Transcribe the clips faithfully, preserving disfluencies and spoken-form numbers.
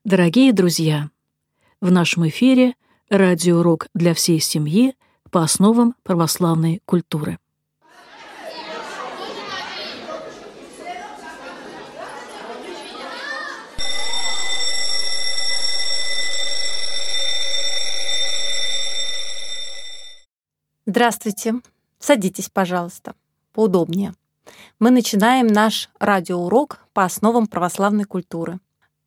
Дорогие друзья, в нашем эфире радиоурок для всей семьи по основам православной культуры. Здравствуйте. Садитесь, пожалуйста, поудобнее. Мы начинаем наш радиоурок по основам православной культуры.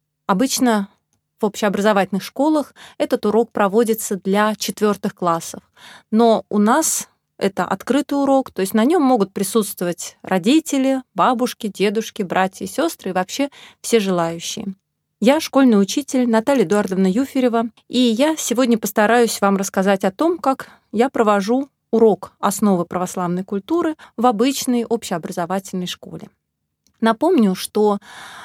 Обычно в общеобразовательных школах этот урок проводится для четвертых классов. Но у нас это открытый урок, то есть на нем могут присутствовать родители, бабушки, дедушки, братья и сестры и вообще все желающие. Я школьный учитель Наталья Эдуардовна Юферева, и я сегодня постараюсь вам рассказать о том, как я провожу урок «Основы православной культуры» в обычной общеобразовательной школе. Напомню, что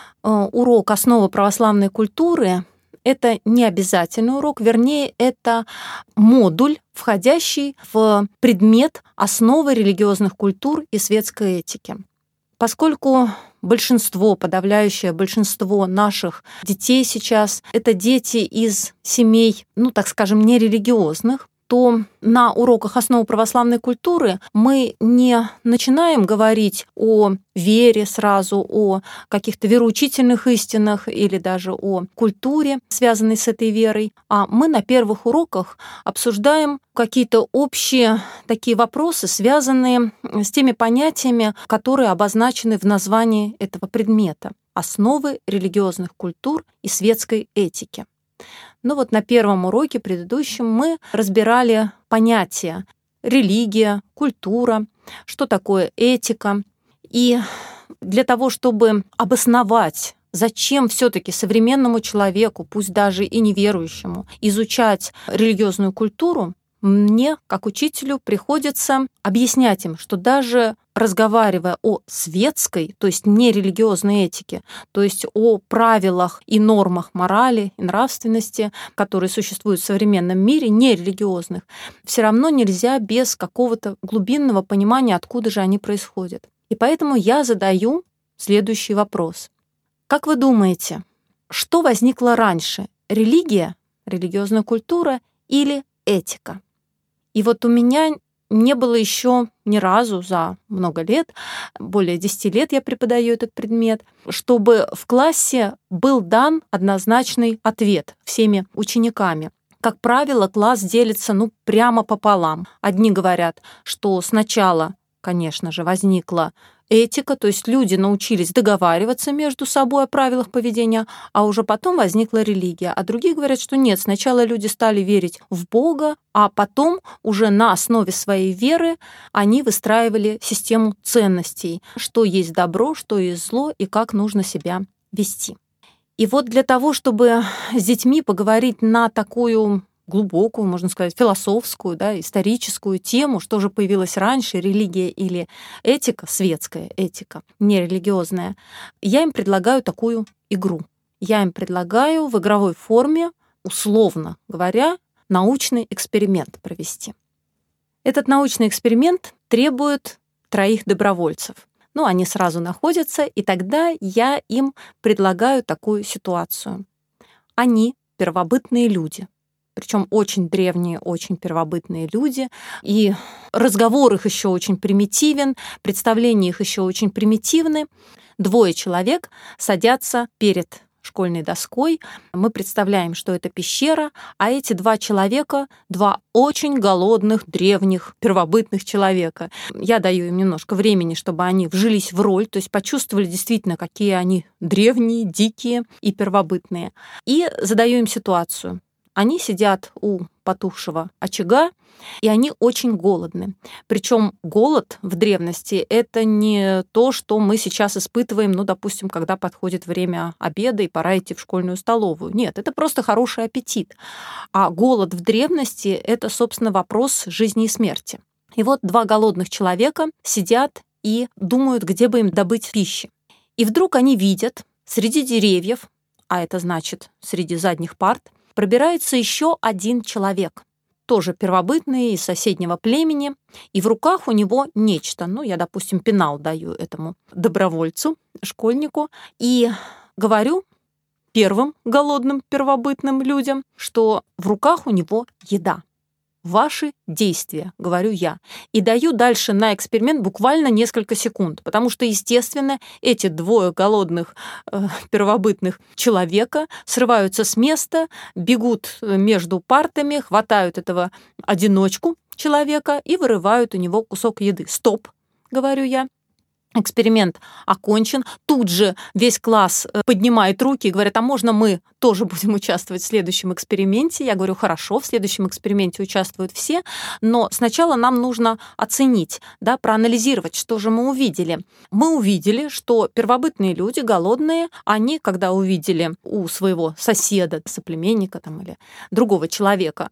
урок «Основы православной культуры» — это не обязательный урок, вернее, это модуль, входящий в предмет «Основы религиозных культур и светской этики». Поскольку большинство, подавляющее большинство наших детей сейчас — это дети из семей, ну, так скажем, нерелигиозных, то на уроках «Основы православной культуры» мы не начинаем говорить о вере сразу, о каких-то вероучительных истинах или даже о культуре, связанной с этой верой, а мы на первых уроках обсуждаем какие-то общие такие вопросы, связанные с теми понятиями, которые обозначены в названии этого предмета — «Основы религиозных культур и светской этики». Ну вот на первом уроке предыдущем мы разбирали понятия религия, культура, что такое этика. И для того, чтобы обосновать, зачем все-таки современному человеку, пусть даже и неверующему, изучать религиозную культуру, мне, как учителю, приходится объяснять им, что даже разговаривая о светской, то есть нерелигиозной этике, то есть о правилах и нормах морали и нравственности, которые существуют в современном мире, нерелигиозных, все равно нельзя без какого-то глубинного понимания, откуда же они происходят. И поэтому я задаю следующий вопрос. Как вы думаете, что возникло раньше? Религия, религиозная культура или этика? И вот у меня не было еще ни разу за много лет, более десяти лет я преподаю этот предмет, чтобы в классе был дан однозначный ответ всеми учениками. Как правило, класс делится ну, прямо пополам. Одни говорят, что сначала, конечно же, возникла этика, то есть люди научились договариваться между собой о правилах поведения, а уже потом возникла религия. А другие говорят, что нет, сначала люди стали верить в Бога, а потом уже на основе своей веры они выстраивали систему ценностей, что есть добро, что есть зло и как нужно себя вести. И вот для того, чтобы с детьми поговорить на такую глубокую, можно сказать, философскую, да, историческую тему, что же появилось раньше, религия или этика, светская этика, нерелигиозная, я им предлагаю такую игру. Я им предлагаю в игровой форме, условно говоря, научный эксперимент провести. Этот научный эксперимент требует троих добровольцев. Ну, они сразу находятся, и тогда я им предлагаю такую ситуацию. Они первобытные люди. Причем очень древние, очень первобытные люди, и разговор их еще очень примитивен, представления их еще очень примитивны. Двое человек садятся перед школьной доской, мы представляем, что это пещера, а эти два человека — два очень голодных, древних, первобытных человека. Я даю им немножко времени, чтобы они вжились в роль, то есть почувствовали действительно, какие они древние, дикие и первобытные. И задаю им ситуацию. Они сидят у потухшего очага, и они очень голодны. Причем голод в древности — это не то, что мы сейчас испытываем, ну, допустим, когда подходит время обеда и пора идти в школьную столовую. Нет, это просто хороший аппетит. А голод в древности — это, собственно, вопрос жизни и смерти. И вот два голодных человека сидят и думают, где бы им добыть пищи. И вдруг они видят среди деревьев, а это значит среди задних парт, пробирается еще один человек, тоже первобытный, из соседнего племени, и в руках у него нечто. Ну, я, допустим, пенал даю этому добровольцу, школьнику, и говорю первым голодным первобытным людям, что в руках у него еда. Ваши действия, говорю я. И даю дальше на эксперимент буквально несколько секунд, потому что, естественно, эти двое голодных э, первобытных человека срываются с места, бегут между партами, хватают этого одиночку человека и вырывают у него кусок еды. Стоп, говорю я. Эксперимент окончен. Тут же весь класс поднимает руки и говорит, а можно мы тоже будем участвовать в следующем эксперименте? Я говорю, хорошо, в следующем эксперименте участвуют все, но сначала нам нужно оценить, да, проанализировать, что же мы увидели. Мы увидели, что первобытные люди, голодные, они, когда увидели у своего соседа, соплеменника там, или другого человека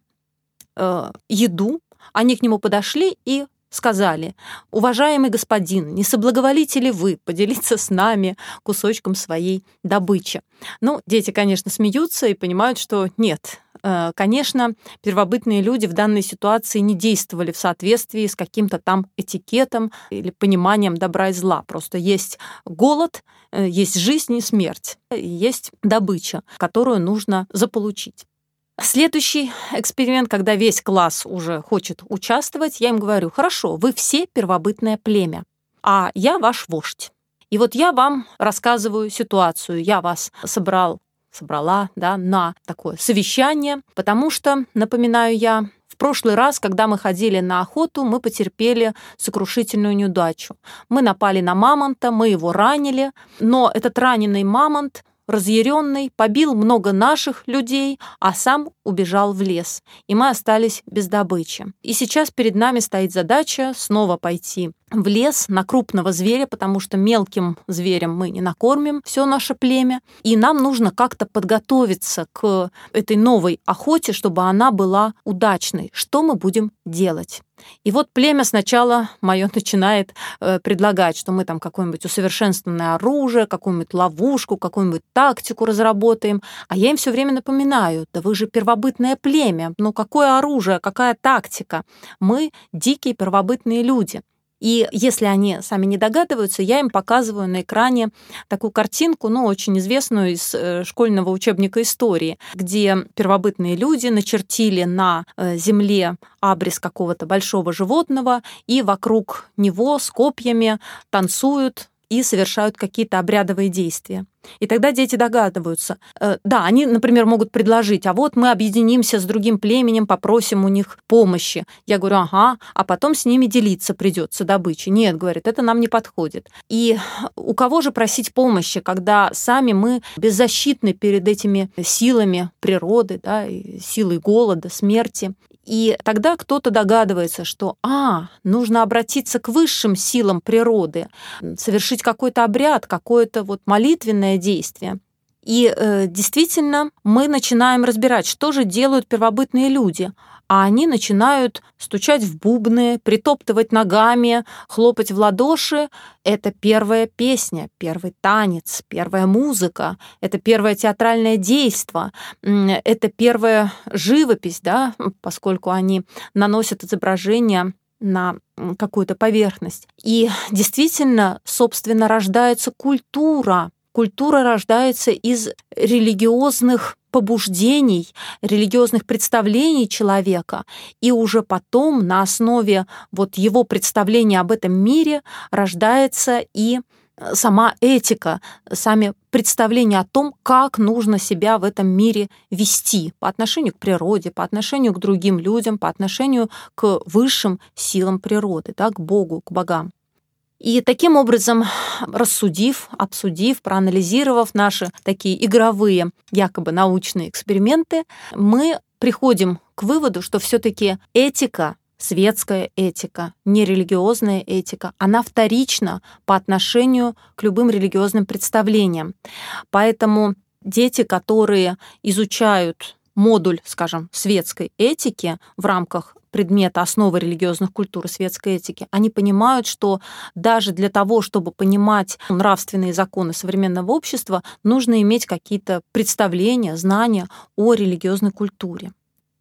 э, еду, они к нему подошли и сказали, уважаемый господин, не соблаговолите ли вы поделиться с нами кусочком своей добычи? Ну, дети, конечно, смеются и понимают, что нет. Конечно, первобытные люди в данной ситуации не действовали в соответствии с каким-то там этикетом или пониманием добра и зла. Просто есть голод, есть жизнь и смерть, есть добыча, которую нужно заполучить. Следующий эксперимент, когда весь класс уже хочет участвовать, я им говорю, хорошо, вы все первобытное племя, а я ваш вождь. И вот я вам рассказываю ситуацию, я вас собрал, собрала да, на такое совещание, потому что, напоминаю я, в прошлый раз, когда мы ходили на охоту, мы потерпели сокрушительную неудачу. Мы напали на мамонта, мы его ранили, но этот раненый мамонт, разъяренный, побил много наших людей, а сам убежал в лес. И мы остались без добычи. И сейчас перед нами стоит задача снова пойти в лес на крупного зверя, потому что мелким зверем мы не накормим все наше племя. И нам нужно как-то подготовиться к этой новой охоте, чтобы она была удачной. Что мы будем делать? И вот племя сначала мое начинает э, предлагать, что мы там какое-нибудь усовершенствованное оружие, какую-нибудь ловушку, какую-нибудь тактику разработаем. А я им все время напоминаю, да вы же первобытное племя, ну какое оружие, какая тактика? Мы дикие первобытные люди. И если они сами не догадываются, я им показываю на экране такую картинку, ну, очень известную из школьного учебника истории, где первобытные люди начертили на земле абрис какого-то большого животного и вокруг него с копьями танцуют и совершают какие-то обрядовые действия. И тогда дети догадываются. Да, они, например, могут предложить, а вот мы объединимся с другим племенем, попросим у них помощи. Я говорю, ага, а потом с ними делиться придется добычей. Нет, говорит, это нам не подходит. И у кого же просить помощи, когда сами мы беззащитны перед этими силами природы, да, силой голода, смерти? И тогда кто-то догадывается, что а, нужно обратиться к высшим силам природы, совершить какой-то обряд, какое-то вот молитвенное действие. И э, действительно мы начинаем разбирать, что же делают первобытные люди. А они начинают стучать в бубны, притоптывать ногами, хлопать в ладоши. Это первая песня, первый танец, первая музыка, это первое театральное действо, это первая живопись, да, поскольку они наносят изображения на какую-то поверхность. И действительно, собственно, рождается культура. Культура рождается из религиозных побуждений, религиозных представлений человека, и уже потом на основе вот его представления об этом мире рождается и сама этика, сами представления о том, как нужно себя в этом мире вести по отношению к природе, по отношению к другим людям, по отношению к высшим силам природы, да, к Богу, к богам. И таким образом, рассудив, обсудив, проанализировав наши такие игровые, якобы научные эксперименты, мы приходим к выводу, что все-таки этика, светская этика, нерелигиозная этика, она вторична по отношению к любым религиозным представлениям. Поэтому дети, которые изучают модуль, скажем, светской этики в рамках предмета «Основы религиозных культур и светской этики», они понимают, что даже для того, чтобы понимать нравственные законы современного общества, нужно иметь какие-то представления, знания о религиозной культуре.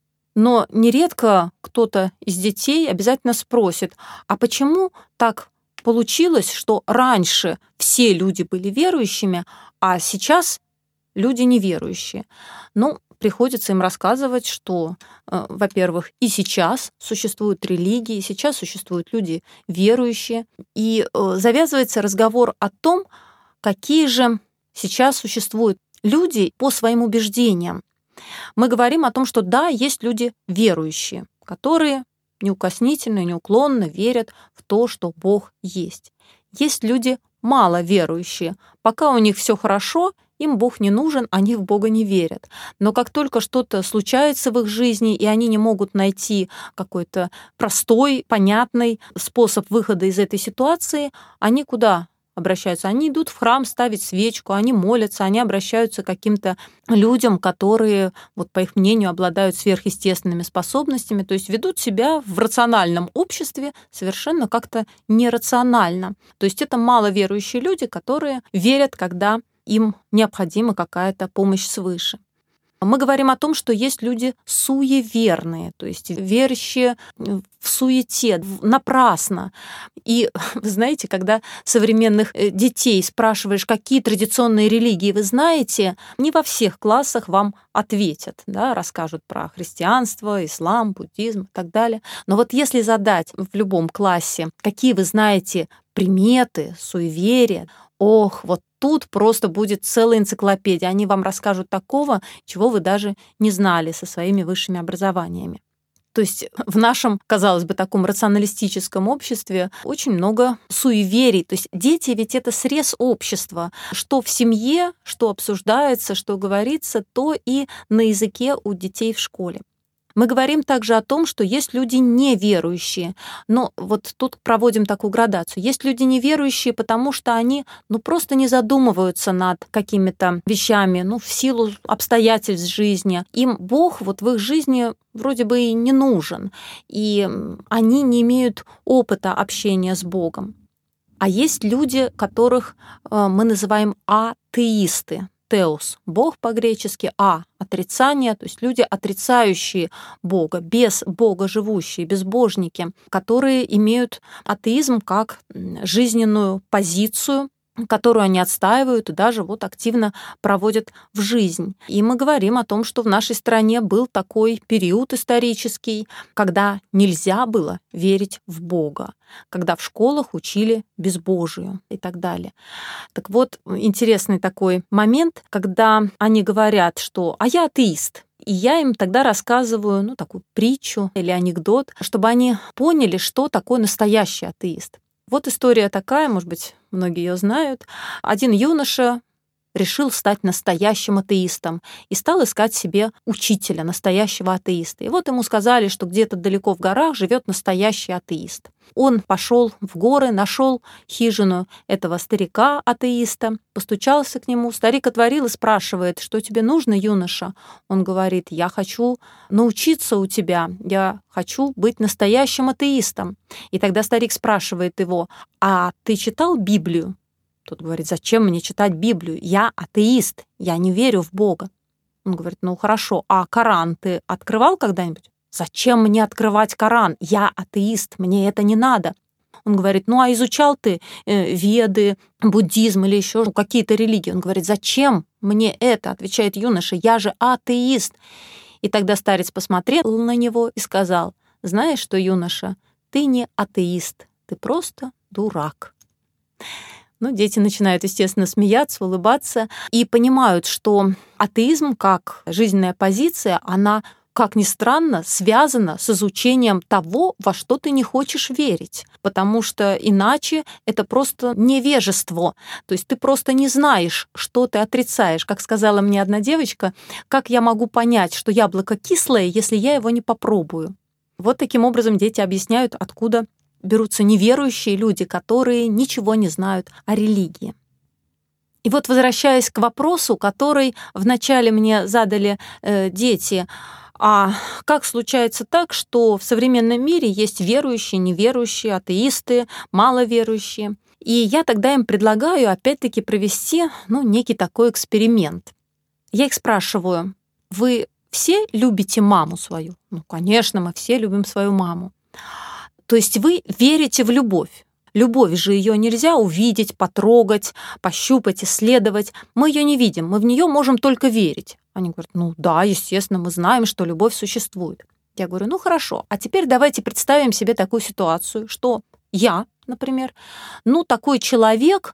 Но нередко кто-то из детей обязательно спросит, а почему так получилось, что раньше все люди были верующими, а сейчас люди неверующие. Ну, приходится им рассказывать, что, э, во-первых, и сейчас существуют религии, и сейчас существуют люди верующие, и э, завязывается разговор о том, какие же сейчас существуют люди по своим убеждениям. Мы говорим о том, что да, есть люди верующие, которые неукоснительно, неуклонно верят в то, что Бог есть. Есть люди маловерующие. Пока у них все хорошо, им Бог не нужен, они в Бога не верят. Но как только что-то случается в их жизни, и они не могут найти какой-то простой, понятный способ выхода из этой ситуации, они куда обращаются? Они идут в храм ставить свечку, они молятся, они обращаются к каким-то людям, которые, вот, по их мнению, обладают сверхъестественными способностями, то есть ведут себя в рациональном обществе совершенно как-то нерационально. То есть это маловерующие люди, которые верят, когда им необходима какая-то помощь свыше. Мы говорим о том, что есть люди суеверные, то есть верящие в суете, напрасно. И, вы знаете, когда современных детей спрашиваешь, какие традиционные религии вы знаете, не во всех классах вам ответят, да, расскажут про христианство, ислам, буддизм и так далее. Но вот если задать в любом классе, какие вы знаете приметы, суеверия, ох, вот тут просто будет целая энциклопедия. Они вам расскажут такого, чего вы даже не знали со своими высшими образованиями. То есть в нашем, казалось бы, таком рационалистическом обществе очень много суеверий. То есть дети ведь это срез общества. Что в семье, что обсуждается, что говорится, то и на языке у детей в школе. Мы говорим также о том, что есть люди неверующие, но вот тут проводим такую градацию. Есть люди неверующие, потому что они ну, просто не задумываются над какими-то вещами, ну, в силу обстоятельств жизни. Им Бог вот в их жизни вроде бы и не нужен, и они не имеют опыта общения с Богом. А есть люди, которых мы называем атеисты. Теос – Бог по-гречески, а – отрицание, то есть люди, отрицающие Бога, без Бога живущие, безбожники, которые имеют атеизм как жизненную позицию, которую они отстаивают и даже вот активно проводят в жизнь. И мы говорим о том, что в нашей стране был такой период исторический, когда нельзя было верить в Бога, когда в школах учили безбожию и так далее. Так вот, интересный такой момент, когда они говорят, что «а я атеист». И я им тогда рассказываю ну, такую притчу или анекдот, чтобы они поняли, что такое настоящий атеист. Вот история такая, может быть, многие ее знают. Один юноша решил стать настоящим атеистом и стал искать себе учителя, настоящего атеиста. И вот ему сказали, что где-то далеко в горах живет настоящий атеист. Он пошел в горы, нашел хижину этого старика-атеиста, постучался к нему. Старик отворил и спрашивает, что тебе нужно, юноша? Он говорит, я хочу научиться у тебя, я хочу быть настоящим атеистом. И тогда старик спрашивает его, а ты читал Библию? Тот говорит, зачем мне читать Библию? Я атеист, я не верю в Бога. Он говорит, ну хорошо, а Коран ты открывал когда-нибудь? Зачем мне открывать Коран? Я атеист, мне это не надо. Он говорит, ну а изучал ты э, Веды, буддизм или еще какие-то религии? Он говорит, зачем мне это? Отвечает юноша, я же атеист. И тогда старец посмотрел на него и сказал, знаешь что, юноша, ты не атеист, ты просто дурак. Ну, дети начинают, естественно, смеяться, улыбаться и понимают, что атеизм как жизненная позиция, она, как ни странно, связана с изучением того, во что ты не хочешь верить, потому что иначе это просто невежество, то есть ты просто не знаешь, что ты отрицаешь. Как сказала мне одна девочка, как я могу понять, что яблоко кислое, если я его не попробую? Вот таким образом дети объясняют, откуда берутся неверующие люди, которые ничего не знают о религии. И вот, возвращаясь к вопросу, который вначале мне задали э, дети, а как случается так, что в современном мире есть верующие, неверующие, атеисты, маловерующие? И я тогда им предлагаю опять-таки провести ну, некий такой эксперимент. Я их спрашиваю, вы все любите маму свою? Ну, конечно, мы все любим свою маму. То есть вы верите в любовь. Любовь же ее нельзя увидеть, потрогать, пощупать, исследовать. Мы ее не видим, мы в нее можем только верить. Они говорят, ну да, естественно, мы знаем, что любовь существует. Я говорю, ну хорошо, а теперь давайте представим себе такую ситуацию, что я, например, ну такой человек,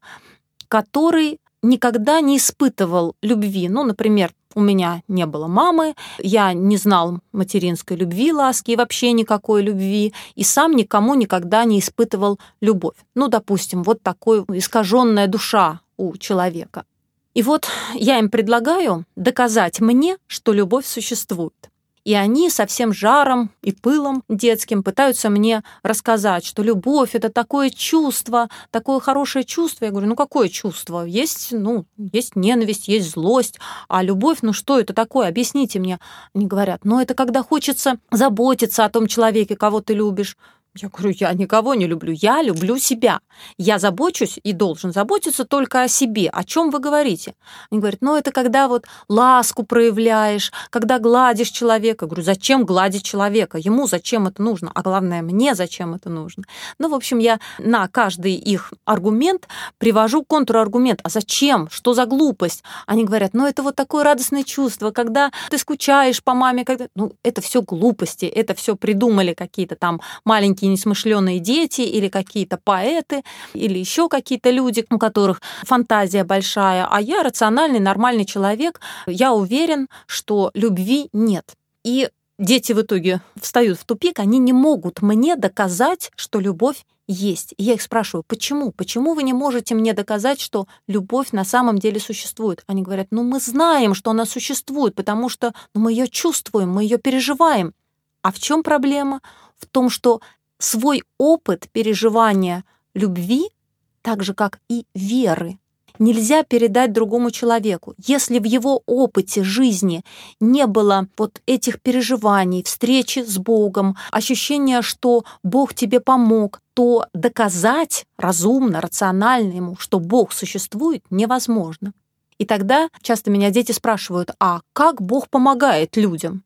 который никогда не испытывал любви. Ну, например, у меня не было мамы, я не знал материнской любви, ласки и вообще никакой любви, и сам никому никогда не испытывал любовь. Ну, допустим, вот такой искаженная душа у человека. И вот я им предлагаю доказать мне, что любовь существует. И они со всем жаром и пылом детским пытаются мне рассказать, что любовь — это такое чувство, такое хорошее чувство. Я говорю, ну какое чувство? Есть, ну, есть ненависть, есть злость, а любовь, ну что это такое? Объясните мне. Они говорят, ну это когда хочется заботиться о том человеке, кого ты любишь. Я говорю, я никого не люблю, я люблю себя. Я забочусь и должен заботиться только о себе. О чем вы говорите? Они говорят, ну это когда вот ласку проявляешь, когда гладишь человека. Я говорю, зачем гладить человека? Ему зачем это нужно? А главное, мне зачем это нужно? Ну, в общем, я на каждый их аргумент привожу контраргумент. А зачем? Что за глупость? Они говорят, ну это вот такое радостное чувство, когда ты скучаешь по маме. Когда... Ну, это все глупости, это все придумали какие-то там маленькие несмышленые дети или какие-то поэты, или еще какие-то люди, у которых фантазия большая, а я рациональный, нормальный человек, я уверен, что любви нет. И дети в итоге встают в тупик, они не могут мне доказать, что любовь есть. И я их спрашиваю, почему? Почему вы не можете мне доказать, что любовь на самом деле существует? Они говорят, ну мы знаем, что она существует, потому что ну, мы ее чувствуем, мы ее переживаем. А в чем проблема? В том, что свой опыт переживания любви, так же, как и веры, нельзя передать другому человеку. Если в его опыте жизни не было вот этих переживаний, встречи с Богом, ощущения, что Бог тебе помог, то доказать разумно, рационально ему, что Бог существует, невозможно. И тогда часто меня дети спрашивают, а как Бог помогает людям?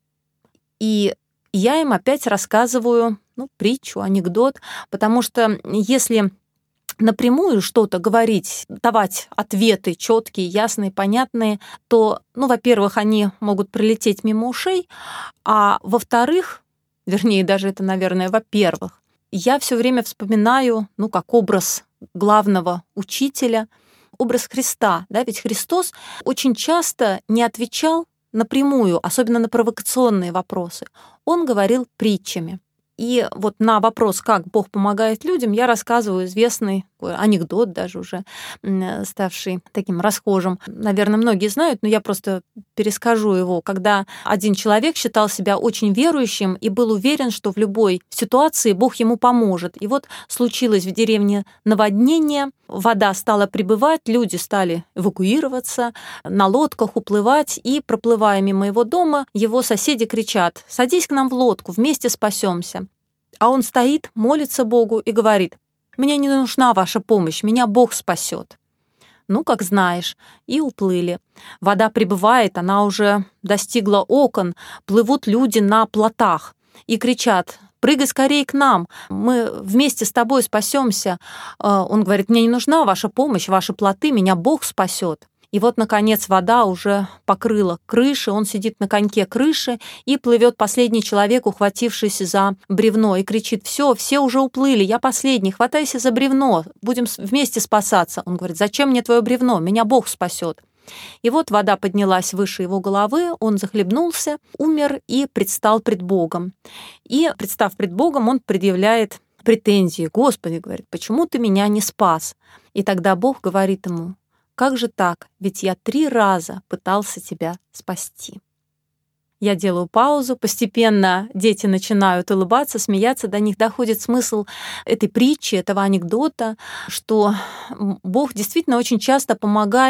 И я им опять рассказываю ну, притчу, анекдот, потому что если напрямую что-то говорить, давать ответы четкие, ясные, понятные, то, ну, во-первых, они могут пролететь мимо ушей, а во-вторых, вернее, даже это, наверное, во-первых, я все время вспоминаю, ну, как образ главного учителя, образ Христа, да, ведь Христос очень часто не отвечал напрямую, особенно на провокационные вопросы. Он говорил притчами. И вот на вопрос, как Бог помогает людям, я рассказываю известный анекдот, даже уже ставший таким расхожим. Наверное, многие знают, но я просто перескажу его. Когда один человек считал себя очень верующим и был уверен, что в любой ситуации Бог ему поможет. И вот случилось в деревне наводнение, вода стала прибывать, люди стали эвакуироваться, на лодках уплывать, и, проплывая мимо его дома, его соседи кричат: «Садись к нам в лодку, вместе спасемся». А он стоит, молится Богу и говорит: «Мне не нужна ваша помощь, меня Бог спасет». Ну, как знаешь, и уплыли. Вода прибывает, она уже достигла окон, плывут люди на плотах и кричат: «Прыгай скорее к нам, мы вместе с тобой спасемся». Он говорит: «Мне не нужна ваша помощь, ваши плоты, меня Бог спасет». И вот, наконец, вода уже покрыла крыши, он сидит на коньке крыши, и плывет последний человек, ухватившийся за бревно, и кричит: «Все, все уже уплыли, я последний, хватайся за бревно, будем вместе спасаться». Он говорит: «Зачем мне твое бревно? Меня Бог спасет». И вот вода поднялась выше его головы, он захлебнулся, умер и предстал пред Богом. И, представ пред Богом, он предъявляет претензии: «Господи, — говорит, — почему ты меня не спас?» И тогда Бог говорит ему: «Как же так? Ведь я три раза пытался тебя спасти». Я делаю паузу, постепенно дети начинают улыбаться, смеяться, до них доходит смысл этой притчи, этого анекдота, что Бог действительно очень часто помогает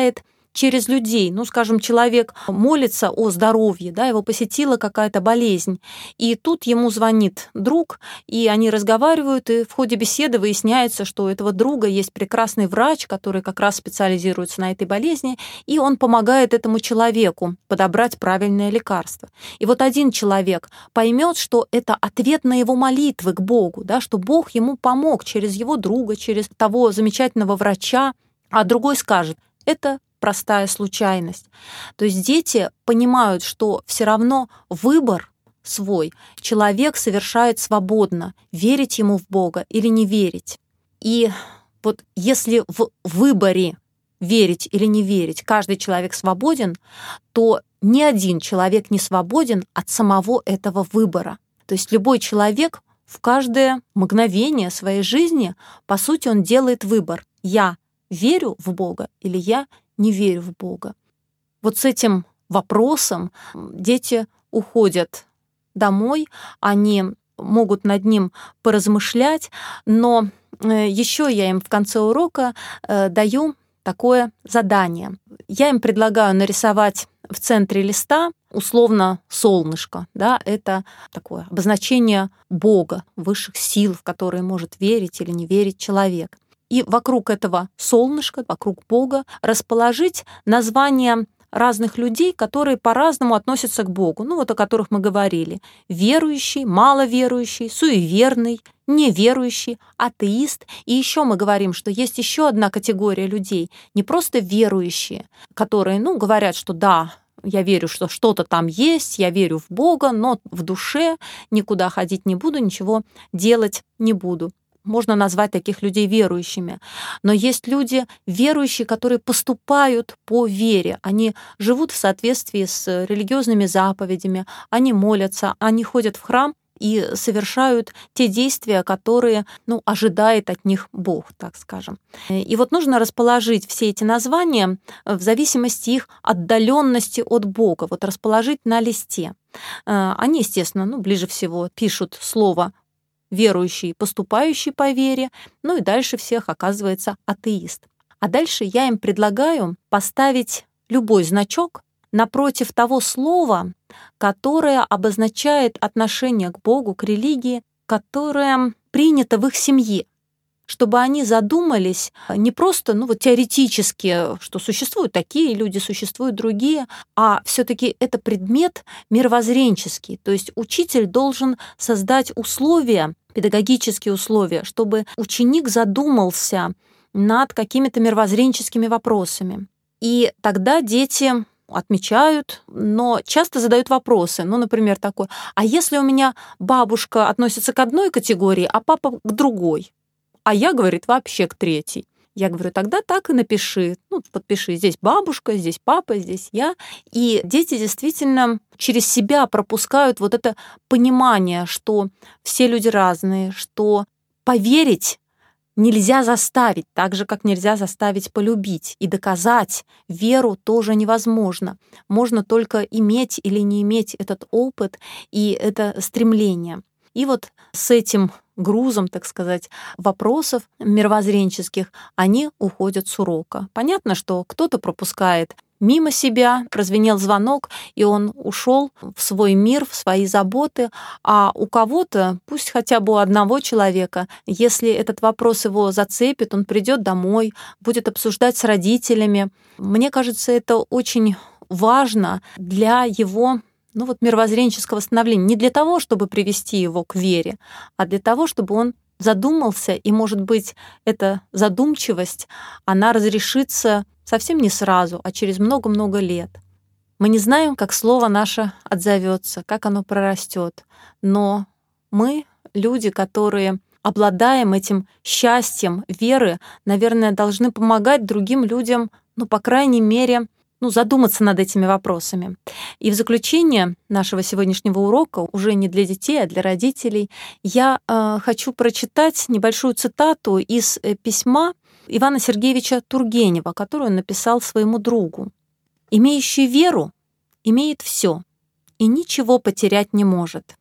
через людей. Ну, скажем, человек молится о здоровье, да, его посетила какая-то болезнь, и тут ему звонит друг, и они разговаривают, и в ходе беседы выясняется, что у этого друга есть прекрасный врач, который как раз специализируется на этой болезни, и он помогает этому человеку подобрать правильное лекарство. И вот один человек поймет, что это ответ на его молитвы к Богу, да, что Бог ему помог через его друга, через того замечательного врача, а другой скажет, это простая случайность. То есть дети понимают, что все равно выбор свой человек совершает свободно, верить ему в Бога или не верить. И вот если в выборе верить или не верить каждый человек свободен, то ни один человек не свободен от самого этого выбора. То есть любой человек в каждое мгновение своей жизни, по сути, он делает выбор. Я верю в Бога или я не верю в Бога. Вот с этим вопросом дети уходят домой, они могут над ним поразмышлять, но еще я им в конце урока даю такое задание. Я им предлагаю нарисовать в центре листа условно солнышко. Да, это такое обозначение Бога, высших сил, в которые может верить или не верить человек. И вокруг этого солнышка, вокруг Бога расположить названия разных людей, которые по-разному относятся к Богу, ну вот о которых мы говорили. Верующий, маловерующий, суеверный, неверующий, атеист. И еще мы говорим, что есть еще одна категория людей, не просто верующие, которые, ну, говорят, что да, я верю, что что-то там есть, я верю в Бога, но в душе никуда ходить не буду, ничего делать не буду. Можно назвать таких людей верующими. Но есть люди верующие, которые поступают по вере. Они живут в соответствии с религиозными заповедями, они молятся, они ходят в храм и совершают те действия, которые, ну, ожидает от них Бог, так скажем. И вот нужно расположить все эти названия в зависимости их отдаленности от Бога, вот расположить на листе. Они, естественно, ну, ближе всего пишут слово верующий, поступающий по вере, ну и дальше всех оказывается атеист. А дальше я им предлагаю поставить любой значок напротив того слова, которое обозначает отношение к Богу, к религии, которое принято в их семье, чтобы они задумались не просто, ну вот теоретически, что существуют такие люди, существуют другие, а все-таки это предмет мировоззренческий. То есть учитель должен создать условия, педагогические условия, чтобы ученик задумался над какими-то мировоззренческими вопросами. И тогда дети отмечают, но часто задают вопросы. Ну, например, такой: а если у меня бабушка относится к одной категории, а папа к другой? А я, говорит, вообще к третьей. Я говорю, тогда так и напиши. Ну, подпиши. Здесь бабушка, здесь папа, здесь я. И дети действительно через себя пропускают вот это понимание, что все люди разные, что поверить нельзя заставить, так же, как нельзя заставить полюбить. И доказать веру тоже невозможно. Можно только иметь или не иметь этот опыт и это стремление. И вот с этим грузом, так сказать, вопросов мировоззренческих они уходят с урока. Понятно, что кто-то пропускает мимо себя, прозвенел звонок, и он ушел в свой мир, в свои заботы, а у кого-то, пусть хотя бы у одного человека, если этот вопрос его зацепит, он придет домой, будет обсуждать с родителями. Мне кажется, это очень важно для его ну вот мировоззренческого становления, не для того, чтобы привести его к вере, а для того, чтобы он задумался, и, может быть, эта задумчивость, она разрешится совсем не сразу, а через много-много лет. Мы не знаем, как слово наше отзовется, как оно прорастет, но мы, люди, которые обладаем этим счастьем веры, наверное, должны помогать другим людям, ну, по крайней мере, ну, задуматься над этими вопросами. И в заключение нашего сегодняшнего урока, уже не для детей, а для родителей, я э, хочу прочитать небольшую цитату из письма Ивана Сергеевича Тургенева, которую он написал своему другу. «Имеющий веру имеет все и ничего потерять не может.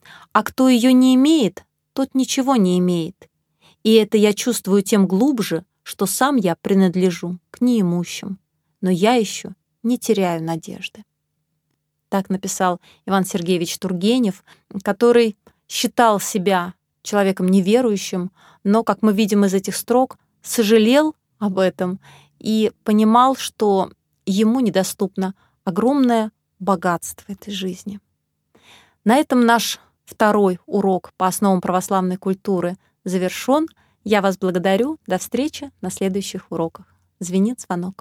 А кто ее не имеет, тот ничего не имеет. И это я чувствую тем глубже, что сам я принадлежу к неимущим. но я еще не теряю надежды». Так написал Иван Сергеевич Тургенев, который считал себя человеком неверующим, но, как мы видим из этих строк, сожалел об этом и понимал, что ему недоступно огромное богатство этой жизни. На этом наш второй урок по основам православной культуры завершен. Я вас благодарю. До встречи на следующих уроках. Звенит звонок.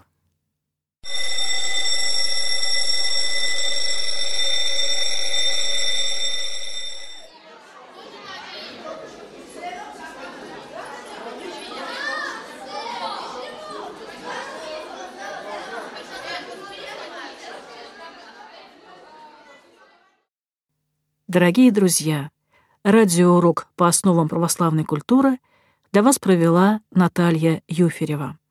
Дорогие друзья, радиоурок по основам православной культуры для вас провела Наталья Юферева.